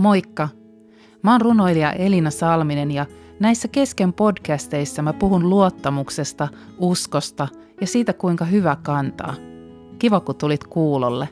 Moikka! Mä oon runoilija Elina Salminen ja näissä kesken podcasteissa mä puhun luottamuksesta, uskosta ja siitä kuinka hyvä kantaa. Kiva kun tulit kuulolle.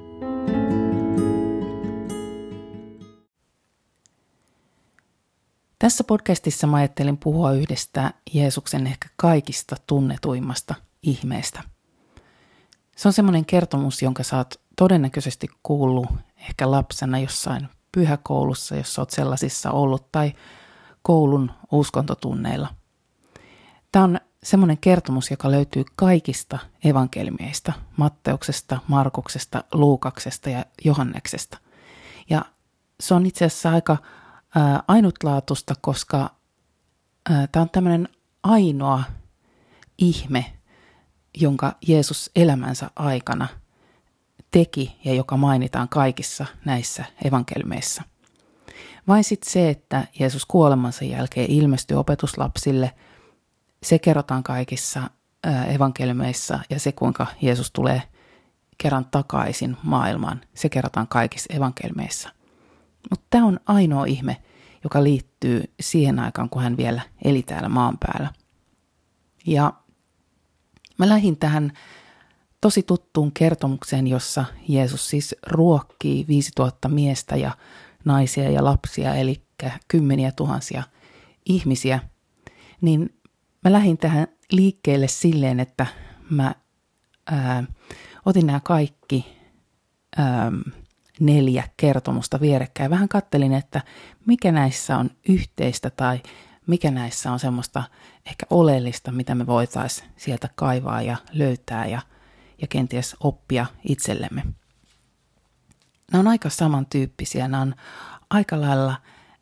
Tässä podcastissa mä ajattelin puhua yhdestä Jeesuksen ehkä kaikista tunnetuimmasta ihmeestä. Se on semmoinen kertomus, jonka sä oot todennäköisesti kuullut ehkä lapsena jossain pyhäkoulussa, jos oot sellaisissa ollut, tai koulun uskontotunneilla. Tämä on semmoinen kertomus, joka löytyy kaikista evankeliumeista, Matteuksesta, Markuksesta, Luukaksesta ja Johanneksesta. Ja se on itse asiassa aika ainutlaatuista, koska tämä on tämmöinen ainoa ihme, jonka Jeesus elämänsä aikana teki ja joka mainitaan kaikissa näissä evankeliumeissa. Vain sitten se, että Jeesus kuolemansa jälkeen ilmestyi opetuslapsille, se kerrotaan kaikissa evankeliumeissa ja se, kuinka Jeesus tulee kerran takaisin maailmaan, se kerrotaan kaikissa evankeliumeissa. Mutta tämä on ainoa ihme, joka liittyy siihen aikaan, kun hän vielä eli täällä maan päällä. Ja mä lähdin tähän tosi tuttuun kertomukseen, jossa Jeesus siis ruokkii 5000 miestä ja naisia ja lapsia, eli kymmeniä tuhansia ihmisiä. Niin mä lähdin tähän liikkeelle silleen, että mä otin nämä kaikki 4 kertomusta vierekkäin. Vähän kattelin, että mikä näissä on yhteistä tai mikä näissä on semmoista ehkä oleellista, mitä me voitaisiin sieltä kaivaa ja löytää ja kenties oppia itsellemme. Nämä on aika samantyyppisiä. Nämä on aika lailla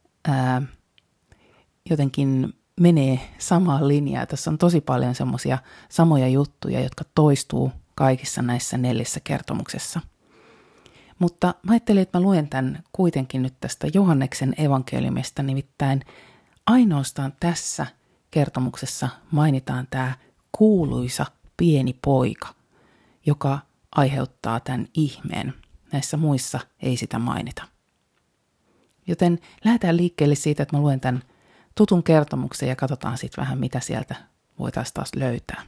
jotenkin menee samaan linjaan. Tässä on tosi paljon semmoisia samoja juttuja, jotka toistuu kaikissa näissä 4 kertomuksessa. Mutta mä ajattelin, että mä luen tämän kuitenkin nyt tästä Johanneksen evankeliumista, nimittäin ainoastaan tässä kertomuksessa mainitaan tämä kuuluisa pieni poika, joka aiheuttaa tämän ihmeen. Näissä muissa ei sitä mainita. Joten lähdetään liikkeelle siitä, että mä luen tämän tutun kertomuksen ja katsotaan sitten vähän, mitä sieltä voitaisiin taas löytää.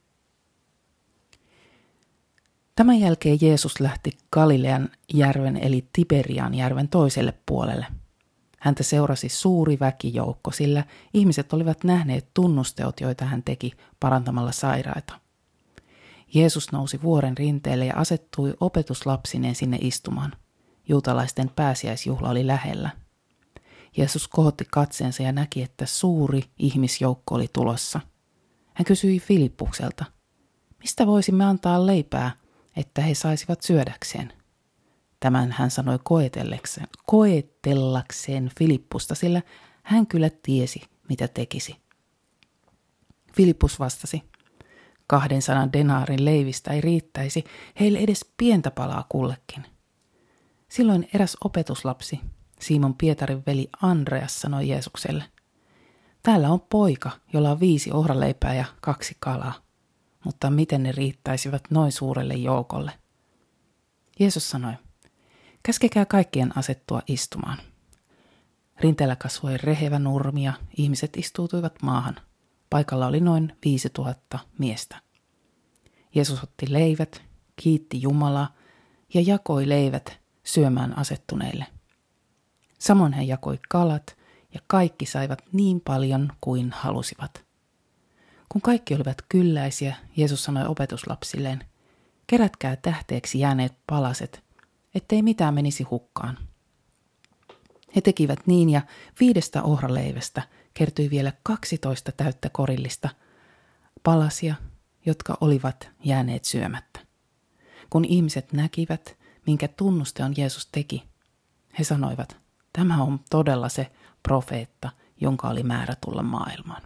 Tämän jälkeen Jeesus lähti Galilean järven eli Tiberian järven toiselle puolelle. Häntä seurasi suuri väkijoukko, sillä ihmiset olivat nähneet tunnusteot, joita hän teki parantamalla sairaita. Jeesus nousi vuoren rinteelle ja asettui opetuslapsineen sinne istumaan. Juutalaisten pääsiäisjuhla oli lähellä. Jeesus kohotti katseensa ja näki, että suuri ihmisjoukko oli tulossa. Hän kysyi Filippukselta, mistä voisimme antaa leipää, että he saisivat syödäkseen? Tämän hän sanoi koetellakseen Filippusta, sillä hän kyllä tiesi, mitä tekisi. Filippus vastasi, 200 denaarin leivistä ei riittäisi heille edes pientä palaa kullekin. Silloin eräs opetuslapsi, Simon Pietarin veli Andreas, sanoi Jeesukselle, täällä on poika, jolla on 5 ohraleipää ja 2 kalaa, mutta miten ne riittäisivät noin suurelle joukolle? Jeesus sanoi, käskekää kaikkien asettua istumaan. Rinteellä kasvoi rehevä nurmi ja ihmiset istuutuivat maahan. Paikalla oli noin 5000 miestä. Jeesus otti leivät, kiitti Jumalaa ja jakoi leivät syömään asettuneille. Samoin hän jakoi kalat ja kaikki saivat niin paljon kuin halusivat. Kun kaikki olivat kylläisiä, Jeesus sanoi opetuslapsilleen, kerätkää tähteeksi jääneet palaset, ettei mitään menisi hukkaan. He tekivät niin ja 5 ohraleivästä kertyi vielä 12 täyttä korillista palasia, jotka olivat jääneet syömättä. Kun ihmiset näkivät, minkä tunnusteon Jeesus teki, he sanoivat, tämä on todella se profeetta, jonka oli määrä tulla maailmaan.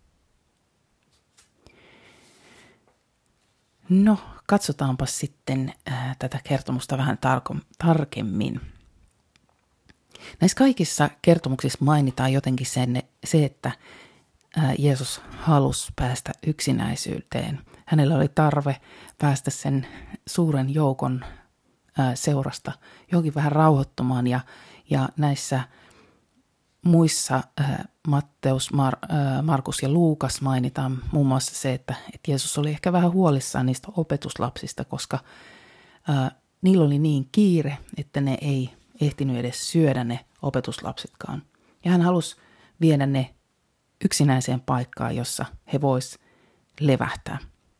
No, katsotaanpa sitten tätä kertomusta vähän tarkemmin. Näissä kaikissa kertomuksissa mainitaan jotenkin se, että Jeesus halusi päästä yksinäisyyteen. Hänellä oli tarve päästä sen suuren joukon seurasta johonkin vähän rauhoittumaan Ja näissä muissa Matteus, Markus ja Luukas mainitaan muun muassa se, että Jeesus oli ehkä vähän huolissaan niistä opetuslapsista, koska niillä oli niin kiire, että ne ei ehtinyt edes syödä ne opetuslapsetkaan. Ja hän halusi viedä ne yksinäiseen paikkaan, jossa he vois levähtää.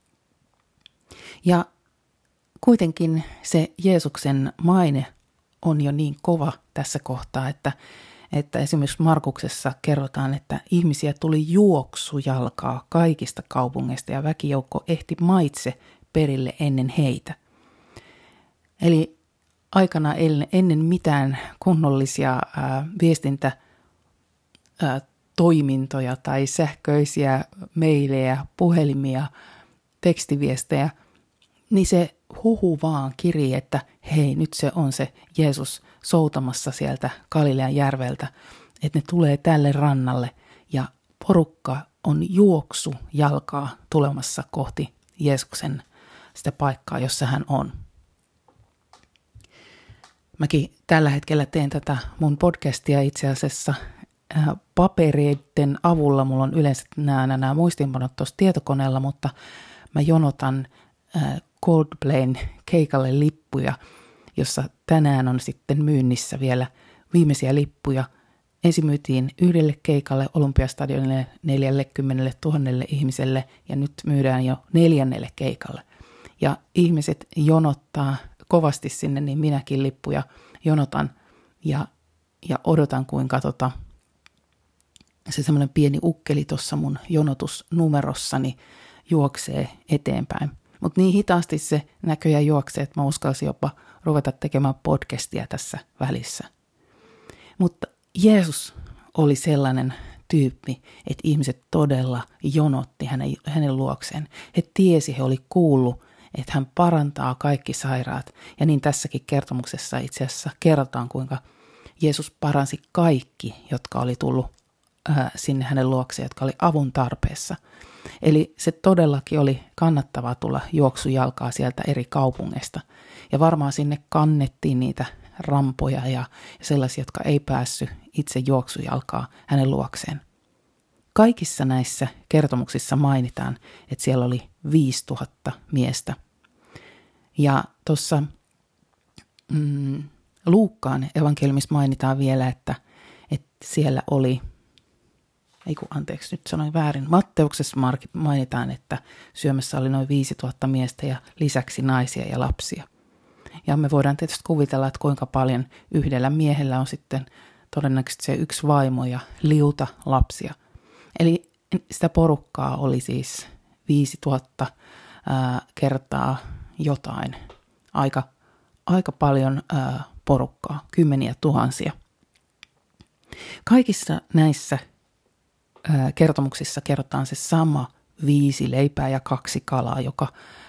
Ja kuitenkin se Jeesuksen maine on jo niin kova tässä kohtaa, että esimerkiksi Markuksessa kerrotaan, että ihmisiä tuli juoksujalkaa kaikista kaupungeista ja väkijoukko ehti maitse perille ennen heitä. Eli aikana ennen mitään kunnollisia viestintätoimintoja tai sähköisiä meilejä, puhelimia, tekstiviestejä, niin se huhu vaan kiri, että hei, nyt se on se Jeesus soutamassa sieltä Galilean järveltä, että ne tulee tälle rannalle ja porukka on juoksu jalkaa tulemassa kohti Jeesuksen sitä paikkaa, jossa hän on. Mäkin tällä hetkellä teen tätä mun podcastia itse asiassa papereiden avulla. Mulla on yleensä nämä muistiinpanot tuossa tietokoneella, mutta mä jonotan Coldplayn keikalle lippuja, jossa tänään on sitten myynnissä vielä viimeisiä lippuja. Ensin myytiin yhdelle keikalle Olympiastadionille 40 000 ihmiselle ja nyt myydään jo 4. keikalle. Ja ihmiset jonottaa kovasti sinne, niin minäkin lippuja jonotan ja odotan, kuinka se semmoinen pieni ukkeli tuossa mun jonotusnumerossani juoksee eteenpäin. Mutta niin hitaasti se näköjään juoksee, että mä uskalsin jopa ruveta tekemään podcastia tässä välissä. Mutta Jeesus oli sellainen tyyppi, että ihmiset todella jonotti hänen luokseen. He tiesi, he oli kuullut, että hän parantaa kaikki sairaat. Ja niin tässäkin kertomuksessa itse asiassa kerrotaan, kuinka Jeesus paransi kaikki, jotka oli tullut sinne hänen luokseen, jotka oli avun tarpeessa. Eli se todellakin oli kannattavaa tulla juoksujalkaa sieltä eri kaupungeista. Ja varmaan sinne kannettiin niitä rampoja ja sellaisia, jotka ei päässyt itse juoksujalkaa hänen luokseen. Kaikissa näissä kertomuksissa mainitaan, että siellä oli 5000 miestä. Ja tuossa Luukkaan evankeliumissa mainitaan vielä, että siellä oli, nyt sanoin väärin, Matteuksessa mainitaan, että syömässä oli noin 5000 miestä ja lisäksi naisia ja lapsia. Ja me voidaan tietysti kuvitella, että kuinka paljon yhdellä miehellä on sitten todennäköisesti se yksi vaimo ja liuta lapsia. Eli sitä porukkaa oli siis 5000 kertaa jotain. Aika paljon porukkaa, kymmeniä tuhansia. Kaikissa näissä kertomuksissa kerrotaan se sama 5 leipää ja 2 kalaa, joka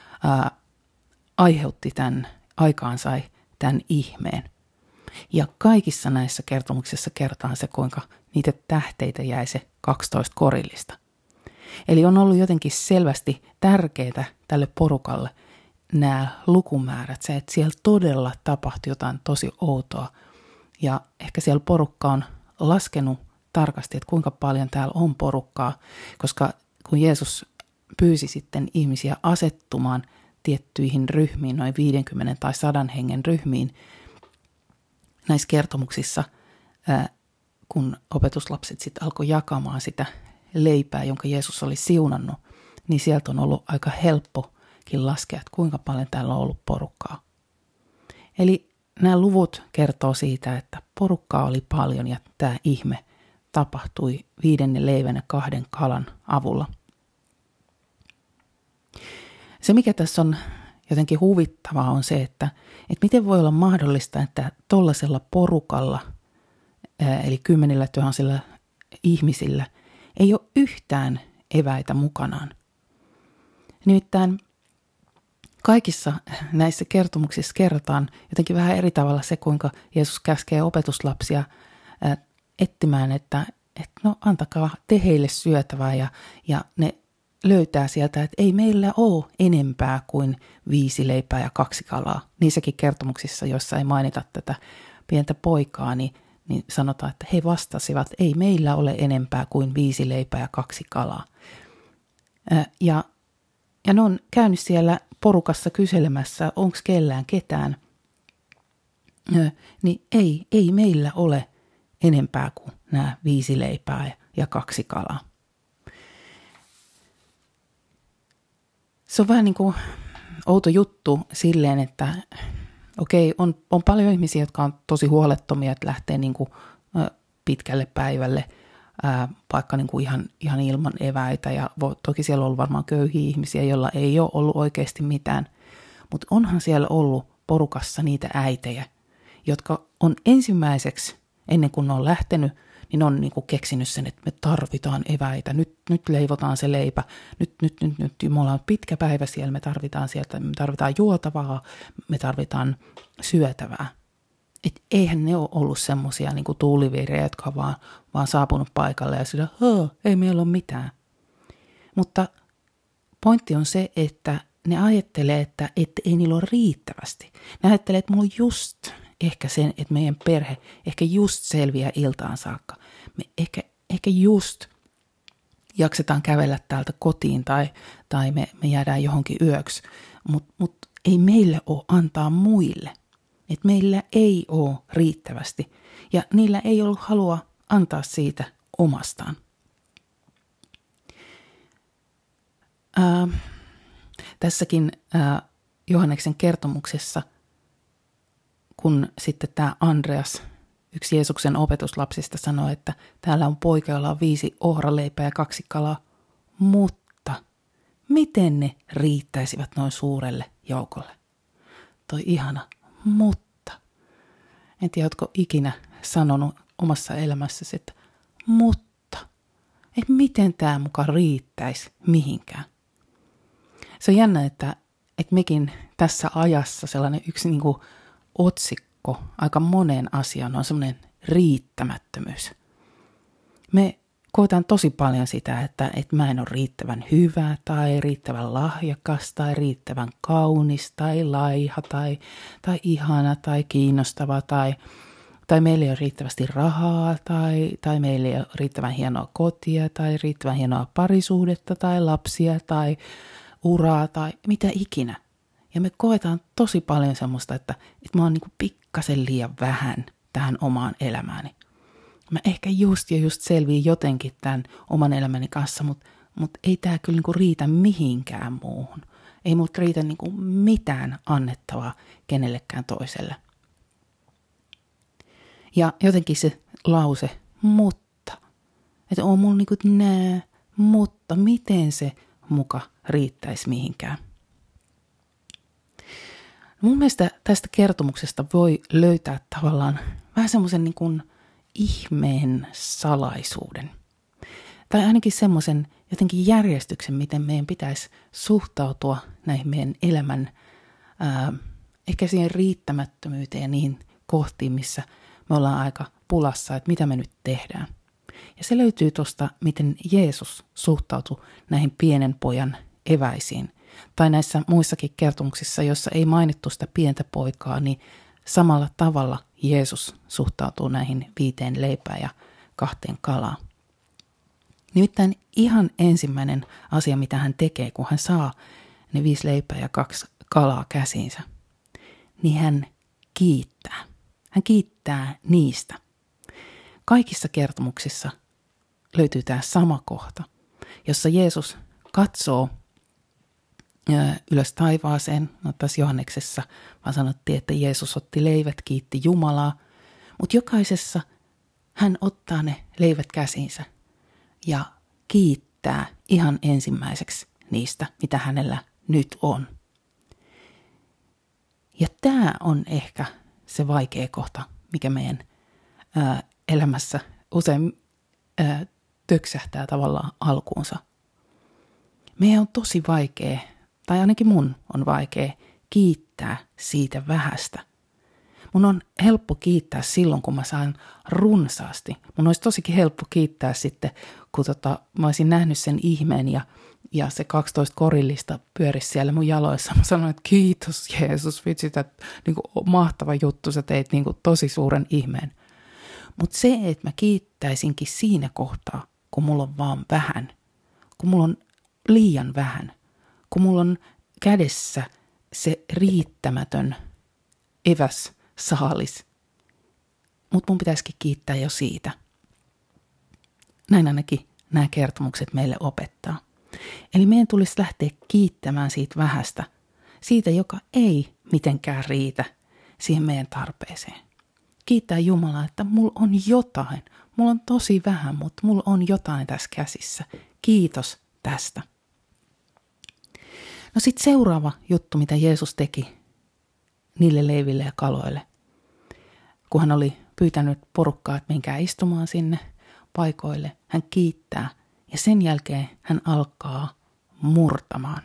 aikaansai tämän ihmeen. Ja kaikissa näissä kertomuksissa kerrotaan se, kuinka niitä tähteitä jäi se 12 korillista. Eli on ollut jotenkin selvästi tärkeää tälle porukalle nämä lukumäärät, se, että siellä todella tapahtui jotain tosi outoa. Ja ehkä siellä porukka on laskenut tarkasti, että kuinka paljon täällä on porukkaa, koska kun Jeesus pyysi sitten ihmisiä asettumaan tiettyihin ryhmiin, noin 50 tai 100 hengen ryhmiin, näissä kertomuksissa, kun opetuslapset sitten alkoi jakamaan sitä leipää, jonka Jeesus oli siunannut, niin sieltä on ollut aika helppokin laskea, että kuinka paljon täällä on ollut porukkaa. Eli nämä luvut kertoo siitä, että porukkaa oli paljon ja tämä ihme tapahtui 5 leivän ja 2 kalan avulla. Se, mikä tässä on jotenkin huvittavaa, on se, että miten voi olla mahdollista, että tollaisella porukalla, eli 10 000 ihmisillä, ei ole yhtään eväitä mukanaan. Nimittäin kaikissa näissä kertomuksissa kerrotaan jotenkin vähän eri tavalla se, kuinka Jeesus käskee opetuslapsia etsimään, että no antakaa te heille syötävää ja ne löytää sieltä, että ei meillä ole enempää kuin 5 leipää ja 2 kalaa. Niissäkin kertomuksissa, joissa ei mainita tätä pientä poikaa, niin niin sanotaan, että he vastasivat, ei meillä ole enempää kuin 5 leipää ja 2 kalaa. Ja ne on käynyt siellä porukassa kyselemässä, onko kellään ketään. Niin ei meillä ole enempää kuin nämä 5 leipää ja 2 kalaa. Se on vähän niin kuin outo juttu silleen, että okei, on paljon ihmisiä, jotka on tosi huolettomia, että lähtee niin kuin pitkälle päivälle, vaikka niin kuin ihan ilman eväitä. Ja toki siellä on ollut varmaan köyhiä ihmisiä, joilla ei ole ollut oikeasti mitään. Mutta onhan siellä ollut porukassa niitä äitejä, jotka on ensimmäiseksi, ennen kuin ne on lähtenyt, niin ne on niin kuin keksinyt sen, että me tarvitaan eväitä. Nyt leivotaan se leipä. Nyt. Me ollaan pitkä päivä siellä, me tarvitaan juotavaa, me tarvitaan syötävää. Et eihän ne ole ollut semmoisia niin kuin tuulivirejä, jotka on vaan saapunut paikalle ja sillä, ei meillä ole mitään. Mutta pointti on se, että ne ajattelee, että ei niillä ole riittävästi. Ne ajattelee, että mulla on just ehkä sen, että meidän perhe ehkä just selviää iltaan saakka. Me ehkä just jaksetaan kävellä täältä kotiin tai me jäädään johonkin yöksi, mutta ei meillä ole antaa muille. Että meillä ei ole riittävästi ja niillä ei ollut halua antaa siitä omastaan. Tässäkin Johanneksen kertomuksessa, kun sitten tämä Andreas, yksi Jeesuksen opetuslapsista, sanoi, että täällä on poika, jolla on 5 ohraleipää ja 2 kalaa, mutta miten ne riittäisivät noin suurelle joukolle? Toi ihana, mutta. En tiedä, ootko ikinä sanonut omassa elämässäsi, että mutta. Että miten tämä muka riittäisi mihinkään. Se on jännä, että mekin tässä ajassa sellainen yksi niin kuin otsikko aika moneen asiaan on semmoinen riittämättömyys. Me koetaan tosi paljon sitä, että mä en ole riittävän hyvä tai riittävän lahjakas tai riittävän kaunis tai laiha tai ihana tai kiinnostava tai meillä ei ole riittävästi rahaa tai meillä ei ole riittävän hienoa kotia tai riittävän hienoa parisuhdetta tai lapsia tai uraa tai mitä ikinä. Ja me koetaan tosi paljon semmoista, että mä oon niinku pikkasen liian vähän tähän omaan elämääni. Mä ehkä just selviin jotenkin tämän oman elämäni kanssa, mutta ei tää kyllä niinku riitä mihinkään muuhun. Ei multa riitä niinku mitään annettavaa kenellekään toiselle. Ja jotenkin se lause, mutta. Että on mulla niinku nää, mutta miten se muka riittäisi mihinkään. Mun mielestä tästä kertomuksesta voi löytää tavallaan vähän semmoisen niin kuin ihmeen salaisuuden. Tai ainakin semmoisen jotenkin järjestyksen, miten meidän pitäisi suhtautua näihin meidän elämän ehkä siihen riittämättömyyteen ja niihin kohtiin, missä me ollaan aika pulassa, että mitä me nyt tehdään. Ja se löytyy tuosta, miten Jeesus suhtautui näihin pienen pojan eväisiin. Tai näissä muissakin kertomuksissa, joissa ei mainittu sitä pientä poikaa, niin samalla tavalla Jeesus suhtautuu näihin 5 leipää ja 2 kalaa. Nimittäin ihan ensimmäinen asia, mitä hän tekee, kun hän saa ne 5 leipää ja 2 kalaa käsiinsä, niin hän kiittää. Hän kiittää niistä. Kaikissa kertomuksissa löytyy tämä sama kohta, jossa Jeesus katsoo ylös taivaaseen. No, tässä Johanneksessa vaan sanottiin, että Jeesus otti leivät, kiitti Jumalaa, mutta jokaisessa hän ottaa ne leivät käsiinsä ja kiittää ihan ensimmäiseksi niistä, mitä hänellä nyt on. Ja tämä on ehkä se vaikea kohta, mikä meidän elämässä usein töksähtää tavallaan alkuunsa. Meidän on tosi vaikea, tai ainakin mun on vaikea, kiittää siitä vähästä. Mun on helppo kiittää silloin, kun mä saan runsaasti. Mun olisi tosikin helppo kiittää sitten, kun mä olisin nähnyt sen ihmeen ja se 12 korillista pyörisi siellä mun jaloissa. Mä sanoin, että kiitos Jeesus, vitsi, että niin kuin mahtava juttu, sä teit niin kuin tosi suuren ihmeen. Mutta se, että mä kiittäisinkin siinä kohtaa, kun mulla on vaan vähän, kun mulla on liian vähän, kun mulla on kädessä se riittämätön eväs saalis, mutta mun pitäisikin kiittää jo siitä. Näin ainakin nämä kertomukset meille opettaa. Eli meidän tulisi lähteä kiittämään siitä vähästä, siitä joka ei mitenkään riitä siihen meidän tarpeeseen. Kiittää Jumalaa, että mulla on jotain. Mulla on tosi vähän, mutta mulla on jotain tässä käsissä. Kiitos tästä. No sitten seuraava juttu, mitä Jeesus teki niille leiville ja kaloille. Kun hän oli pyytänyt porukkaa, että menkää istumaan sinne paikoille, hän kiittää ja sen jälkeen hän alkaa murtamaan.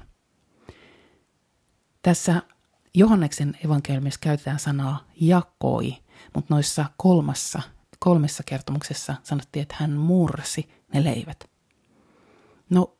Tässä Johanneksen evankeliumissa käytetään sanaa jakoi, mutta noissa kolmessa kertomuksessa sanottiin, että hän mursi ne leivät. No,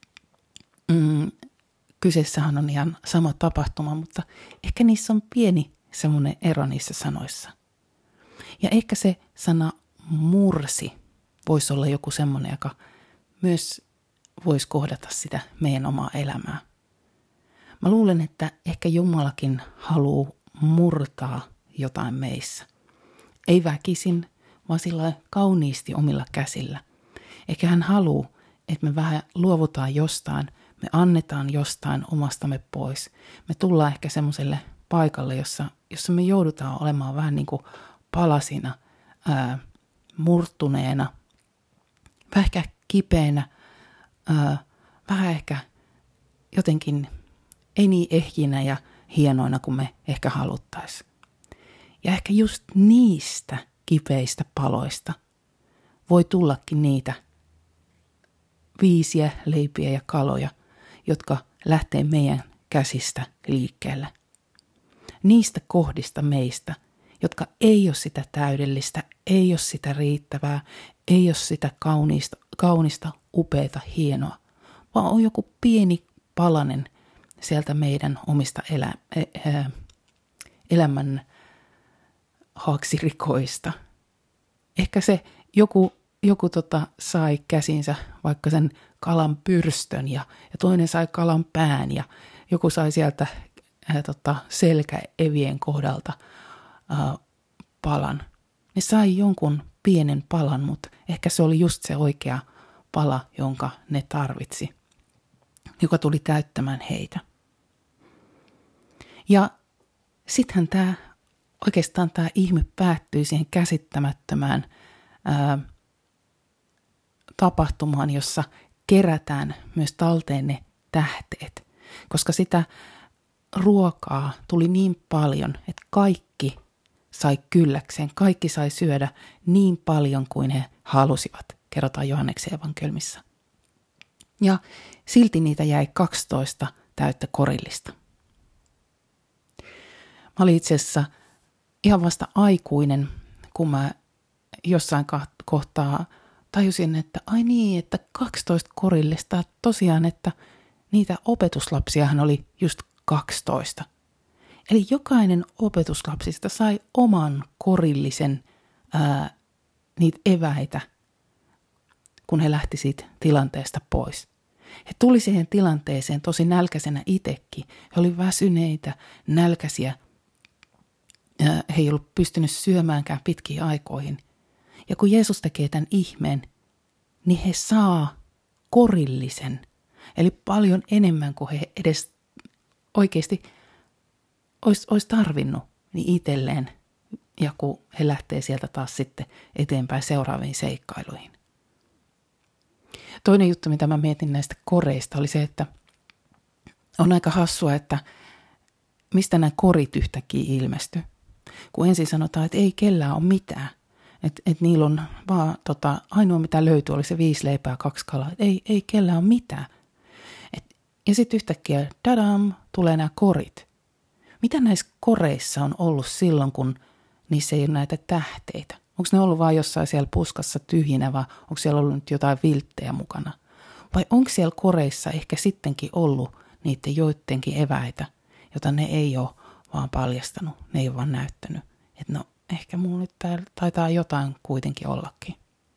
kyseessähän on ihan sama tapahtuma, mutta ehkä niissä on pieni semmoinen ero niissä sanoissa. Ja ehkä se sana mursi voisi olla joku semmoinen, joka myös voisi kohdata sitä meidän omaa elämää. Mä luulen, että ehkä Jumalakin haluaa murtaa jotain meissä. Ei väkisin, vaan sillä kauniisti omilla käsillä. Ehkä hän haluaa, että me vähän luovutaan jostain, me annetaan jostain omastamme pois. Me tullaan ehkä semmoiselle paikalle, jossa me joudutaan olemaan vähän niin kuin palasina, murtuneena, vähän ehkä kipeänä, vähän ehkä jotenkin ei niin ehjinä ja hienoina kuin me ehkä haluttaisiin. Ja ehkä just niistä kipeistä paloista voi tullakin niitä viisiä, leipiä ja kaloja, jotka lähtee meidän käsistä liikkeelle. Niistä kohdista meistä, jotka ei ole sitä täydellistä, ei ole sitä riittävää, ei ole sitä kaunista, upeata, hienoa, vaan on joku pieni palanen sieltä meidän omista elämän haaksirikoista. Ehkä se joku sai käsinsä vaikka sen kalan pyrstön ja toinen sai kalan pään ja joku sai sieltä selkäevien kohdalta palan. Ne sai jonkun pienen palan, mutta ehkä se oli just se oikea pala, jonka ne tarvitsi, joka tuli täyttämään heitä. Ja sittenhän tämä ihme päättyi siihen käsittämättömään tapahtumaan, jossa kerätään myös talteen ne tähteet, koska sitä ruokaa tuli niin paljon, että kaikki sai kylläkseen, kaikki sai syödä niin paljon kuin he halusivat, kerrotaan Johanneksen evankeliumissa. Ja silti niitä jäi 12 täyttä korillista. Mä olin itse asiassa ihan vasta aikuinen, kun mä jossain kohtaa tajusin, että ai niin, että 12 korillista, tosiaan, että niitä opetuslapsiahan oli just 12. Eli jokainen opetuslapsista sai oman korillisen niitä eväitä, kun he lähti siitä tilanteesta pois. He tuli siihen tilanteeseen tosi nälkäisenä itsekin. He oli väsyneitä, nälkäisiä. He ei ollut pystynyt syömäänkään pitkiin aikoihin. Ja kun Jeesus tekee tämän ihmeen, niin he saa korillisen. Eli paljon enemmän kuin he edes oikeasti olisi tarvinnut niin itselleen. Ja kun he lähtee sieltä taas sitten eteenpäin seuraaviin seikkailuihin. Toinen juttu, mitä mä mietin näistä koreista, oli se, että on aika hassua, että mistä nämä korit yhtäkkiä ilmestyi. Kun ensin sanotaan, että ei kellään ole mitään. Että niillä on vaan ainoa mitä löytyi oli se 5 leipää ja 2 kalaa. Ei kellään ole mitään. Ja sitten yhtäkkiä, dadam, tulee nämä korit. Mitä näissä koreissa on ollut silloin, kun niissä ei ole näitä tähteitä? Onko ne ollut vaan jossain siellä puskassa tyhjinä vai onko siellä ollut nyt jotain vilttejä mukana? Vai onko siellä koreissa ehkä sittenkin ollut niiden joidenkin eväitä, jota ne ei ole vaan paljastanut, ne ei ole vaan näyttänyt. Että no ehkä mulla nyt taitaa jotain kuitenkin ollakin.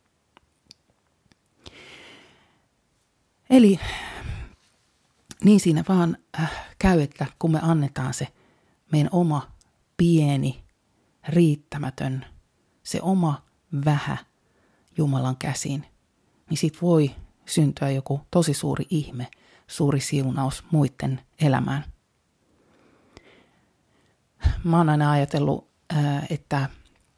Eli niin siinä vaan käy, että kun me annetaan se meidän oma pieni, riittämätön, se oma vähä Jumalan käsiin, niin siitä voi syntyä joku tosi suuri ihme, suuri siunaus muiden elämään. Mä oon aina ajatellut, että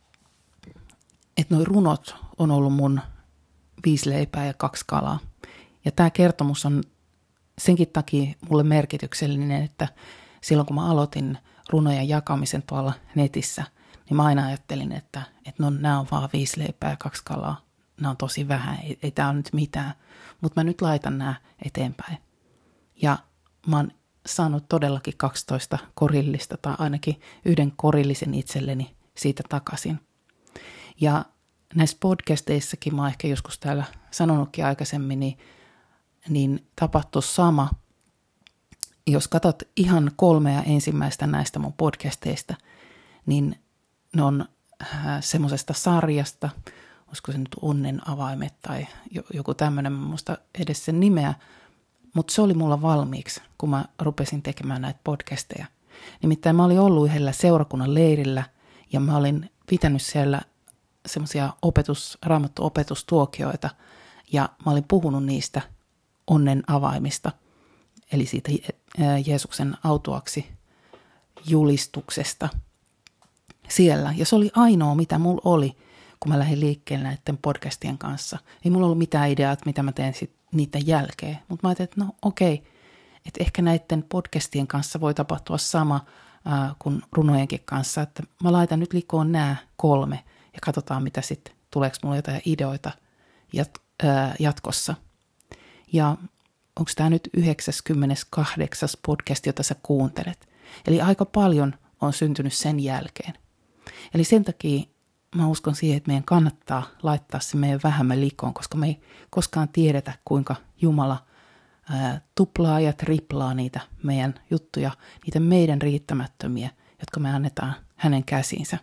noi runot on ollut mun 5 leipää ja 2 kalaa. Ja tämä kertomus on senkin takia mulle merkityksellinen, että silloin kun mä aloitin runojen jakamisen tuolla netissä, niin mä aina ajattelin, että no nämä on vaan 5 leipää ja 2 kalaa. Nämä on tosi vähän, ei tää ole nyt mitään. Mutta mä nyt laitan nämä eteenpäin. Ja mä oon saanut todellakin 12 korillista tai ainakin 1 korillisen itselleni siitä takaisin. Ja näissä podcasteissakin mä oon ehkä joskus täällä sanonutkin aikaisemmin, niin tapahtuu sama. Jos katsot ihan 3 ensimmäistä näistä mun podcasteista, niin ne on semmoisesta sarjasta, olisiko se nyt Onnen avaimet tai joku tämmöinen, mä muista edes sen nimeä, mutta se oli mulla valmiiksi, kun mä rupesin tekemään näitä podcasteja. Nimittäin mä olin ollut yhdellä seurakunnan leirillä ja mä olin pitänyt siellä semmoisia raamattuopetustuokioita ja mä olin puhunut niistä onnen avaimista, eli siitä Jeesuksen autuaksi julistuksesta siellä. Ja se oli ainoa, mitä mulla oli, kun mä lähdin liikkeelle näiden podcastien kanssa. Ei mulla ollut mitään ideaa, että mitä mä teen niiden jälkeen. Mutta mä ajattelin, että no okei, että ehkä näiden podcastien kanssa voi tapahtua sama kuin runojenkin kanssa. Että mä laitan nyt likoon nämä 3 ja katsotaan, mitä sitten, tuleeko mulla jotain ideoita jatkossa. Ja onko tämä nyt 98. podcast, jota sä kuuntelet? Eli aika paljon on syntynyt sen jälkeen. Eli sen takia mä uskon siihen, että meidän kannattaa laittaa se meidän vähemmän likoon, koska me ei koskaan tiedetä, kuinka Jumala tuplaa ja triplaa niitä meidän juttuja, niitä meidän riittämättömiä, jotka me annetaan hänen käsiinsä.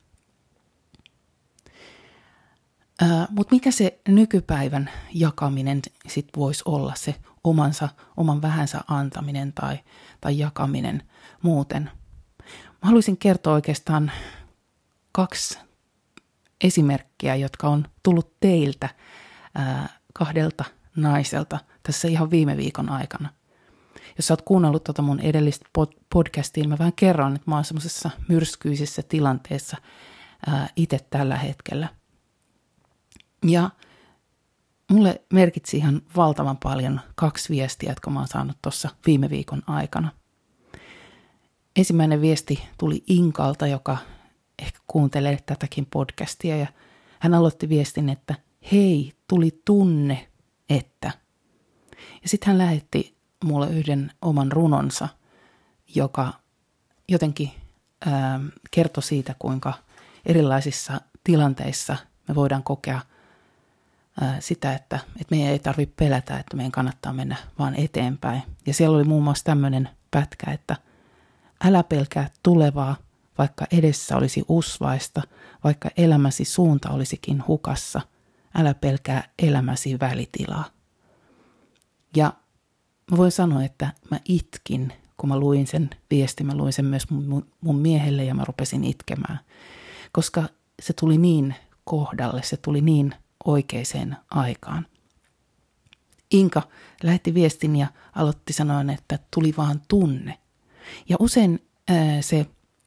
Mutta mikä se nykypäivän jakaminen sitten voisi olla, se oman vähänsä antaminen tai jakaminen muuten? Mä haluaisin kertoa oikeastaan 2 esimerkkiä, jotka on tullut teiltä 2 naiselta tässä ihan viime viikon aikana. Jos sä oot kuunnellut mun edellistä podcastia, mä vähän kerron, että mä oon semmoisessa myrskyisessä tilanteessa itse tällä hetkellä. Ja mulle merkitsi ihan valtavan paljon 2 viestiä, jotka mä oon saanut tuossa viime viikon aikana. Ensimmäinen viesti tuli Inkalta, joka ehkä kuuntelee tätäkin podcastia, ja hän aloitti viestin, että hei, tuli tunne, että. Ja sitten hän lähetti mulle yhden oman runonsa, joka jotenkin kertoi siitä, kuinka erilaisissa tilanteissa me voidaan kokea sitä, että meidän ei tarvitse pelätä, että meidän kannattaa mennä vaan eteenpäin. Ja siellä oli muun muassa tämmöinen pätkä, että älä pelkää tulevaa, vaikka edessä olisi usvaista, vaikka elämäsi suunta olisikin hukassa, älä pelkää elämäsi välitilaa. Ja mä voin sanoa, että mä itkin, kun mä luin sen viestin, mä luin sen myös mun miehelle ja mä rupesin itkemään, koska se tuli niin kohdalle, se tuli niin oikeaan aikaan. Inka lähetti viestin ja aloitti sanoen, että tuli vaan tunne. Ja usein se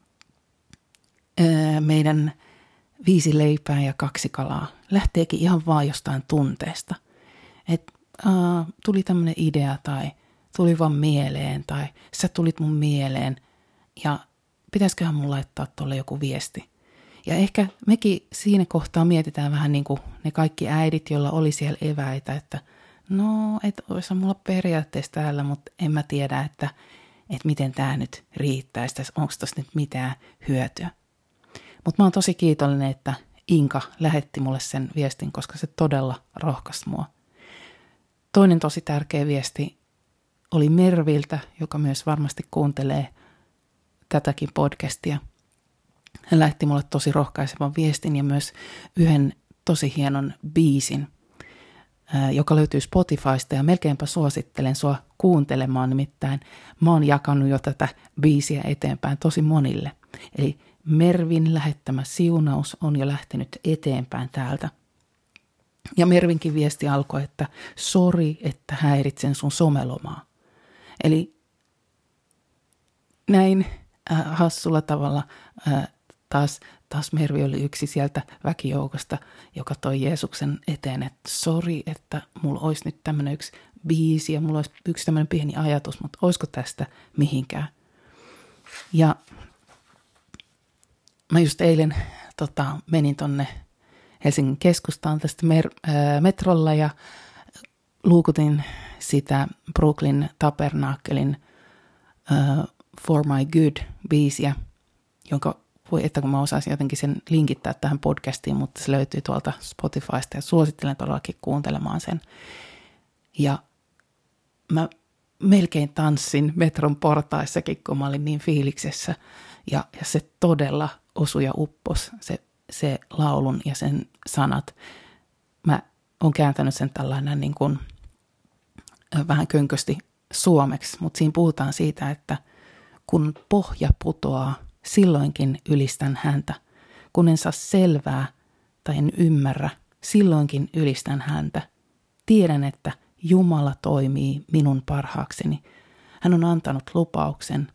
meidän 5 leipää ja 2 kalaa lähteekin ihan vaan jostain tunteesta. Että tuli tämmöinen idea tai tuli vaan mieleen tai sä tulit mun mieleen ja pitäisiköhän mun laittaa tuolle joku viesti. Ja ehkä mekin siinä kohtaa mietitään vähän niin kuin ne kaikki äidit, joilla oli siellä eväitä, että no, et olisi mulla periaatteessa täällä, mutta en mä tiedä, että miten tämä nyt riittäisi, onko tuossa nyt mitään hyötyä. Mutta mä oon tosi kiitollinen, että Inka lähetti mulle sen viestin, koska se todella rohkaisi mua. Toinen tosi tärkeä viesti oli Merviltä, joka myös varmasti kuuntelee tätäkin podcastia. Hän lähetti mulle tosi rohkaisevan viestin ja myös yhden tosi hienon biisin, joka löytyy Spotifysta ja melkeinpä suosittelen sua kuuntelemaan, nimittäin mä oon jakanut jo tätä biisiä eteenpäin tosi monille. Eli Mervin lähettämä siunaus on jo lähtenyt eteenpäin täältä. Ja Mervinkin viesti alkoi, että sori, että häiritsen sun somelomaa. Eli näin hassulla tavalla taas Mervi oli yksi sieltä väkijoukosta, joka toi Jeesuksen eteen, että sori, että mulla olisi nyt tämmöinen yksi biisi ja mulla olisi yksi tämmöinen pieni ajatus, mutta olisiko tästä mihinkään. Ja mä just eilen menin tonne Helsingin keskustaan tästä metrolla ja luukutin sitä Brooklyn Tabernakelin For My Good-biisiä, jonka voi, että kun mä osaisin jotenkin sen linkittää tähän podcastiin, mutta se löytyy tuolta Spotifysta ja suosittelen todellakin kuuntelemaan sen. Ja mä melkein tanssin metron portaissakin, kun mä olin niin fiiliksessä ja se todella osui ja uppos se laulun ja sen sanat. Mä oon kääntänyt sen tällainen niin kuin vähän könkösti suomeksi, mutta siinä puhutaan siitä, että kun pohja putoaa, silloinkin ylistän häntä. Kun en saa selvää tai en ymmärrä, silloinkin ylistän häntä. Tiedän, että Jumala toimii minun parhaakseni. Hän on antanut lupauksen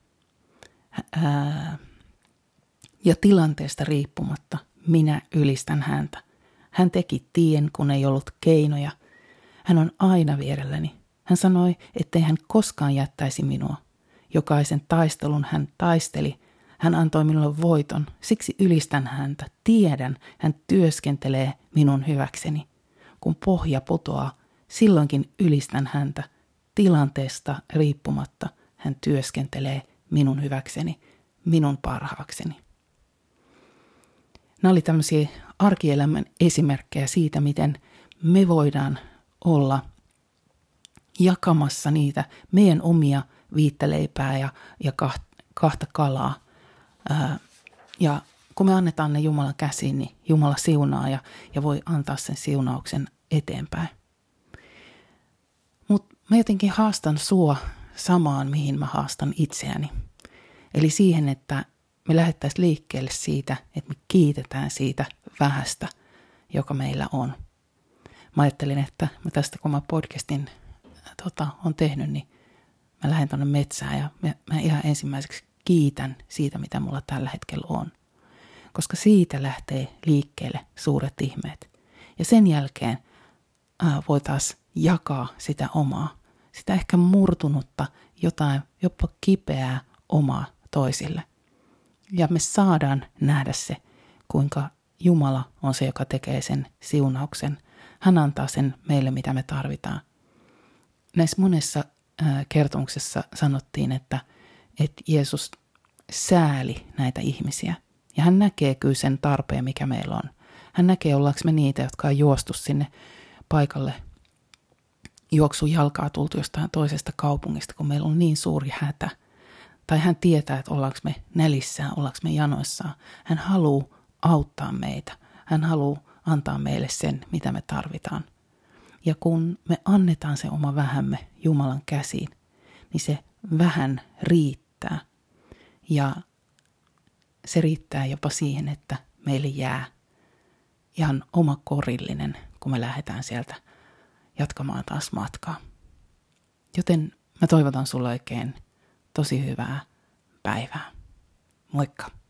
ja tilanteesta riippumatta minä ylistän häntä. Hän teki tien, kun ei ollut keinoja. Hän on aina vierelläni. Hän sanoi, ettei hän koskaan jättäisi minua. Jokaisen taistelun hän taisteli. Hän antoi minulle voiton, siksi ylistän häntä. Tiedän, hän työskentelee minun hyväkseni. Kun pohja putoaa, silloinkin ylistän häntä. Tilanteesta riippumatta hän työskentelee minun hyväkseni, minun parhaakseni. Nämä oli tämmöisiä arkielämän esimerkkejä siitä, miten me voidaan olla jakamassa niitä meidän omia viitteleipää ja kahta kalaa. Ja kun me annetaan ne Jumalan käsiin, niin Jumala siunaa ja voi antaa sen siunauksen eteenpäin. Mutta mä jotenkin haastan sua samaan, mihin mä haastan itseäni. Eli siihen, että me lähdettäisiin liikkeelle siitä, että me kiitetään siitä vähästä, joka meillä on. Mä ajattelin, että mä tästä kun mä podcastin on tehnyt, niin mä lähden tuonne metsään ja mä ihan ensimmäiseksi kiitän siitä, mitä mulla tällä hetkellä on. Koska siitä lähtee liikkeelle suuret ihmeet. Ja sen jälkeen voitaisiin jakaa sitä omaa, sitä ehkä murtunutta, jotain jopa kipeää omaa toisille. Ja me saadaan nähdä se, kuinka Jumala on se, joka tekee sen siunauksen. Hän antaa sen meille, mitä me tarvitaan. Näissä monessa kertomuksessa sanottiin, että Jeesus sääli näitä ihmisiä. Ja hän näkee kyllä sen tarpeen, mikä meillä on. Hän näkee, ollaanko me niitä, jotka on juostu sinne paikalle juoksun jalkaa tultu jostain toisesta kaupungista, kun meillä on niin suuri hätä. Tai hän tietää, että ollaanko me nälissään, ollaanko me janoissaan. Hän haluaa auttaa meitä. Hän haluaa antaa meille sen, mitä me tarvitaan. Ja kun me annetaan se oma vähämme Jumalan käsiin, niin se vähän riittää. Ja se riittää jopa siihen, että meille jää ihan oma korillinen, kun me lähdetään sieltä jatkamaan taas matkaa. Joten mä toivotan sulle oikein tosi hyvää päivää. Moikka!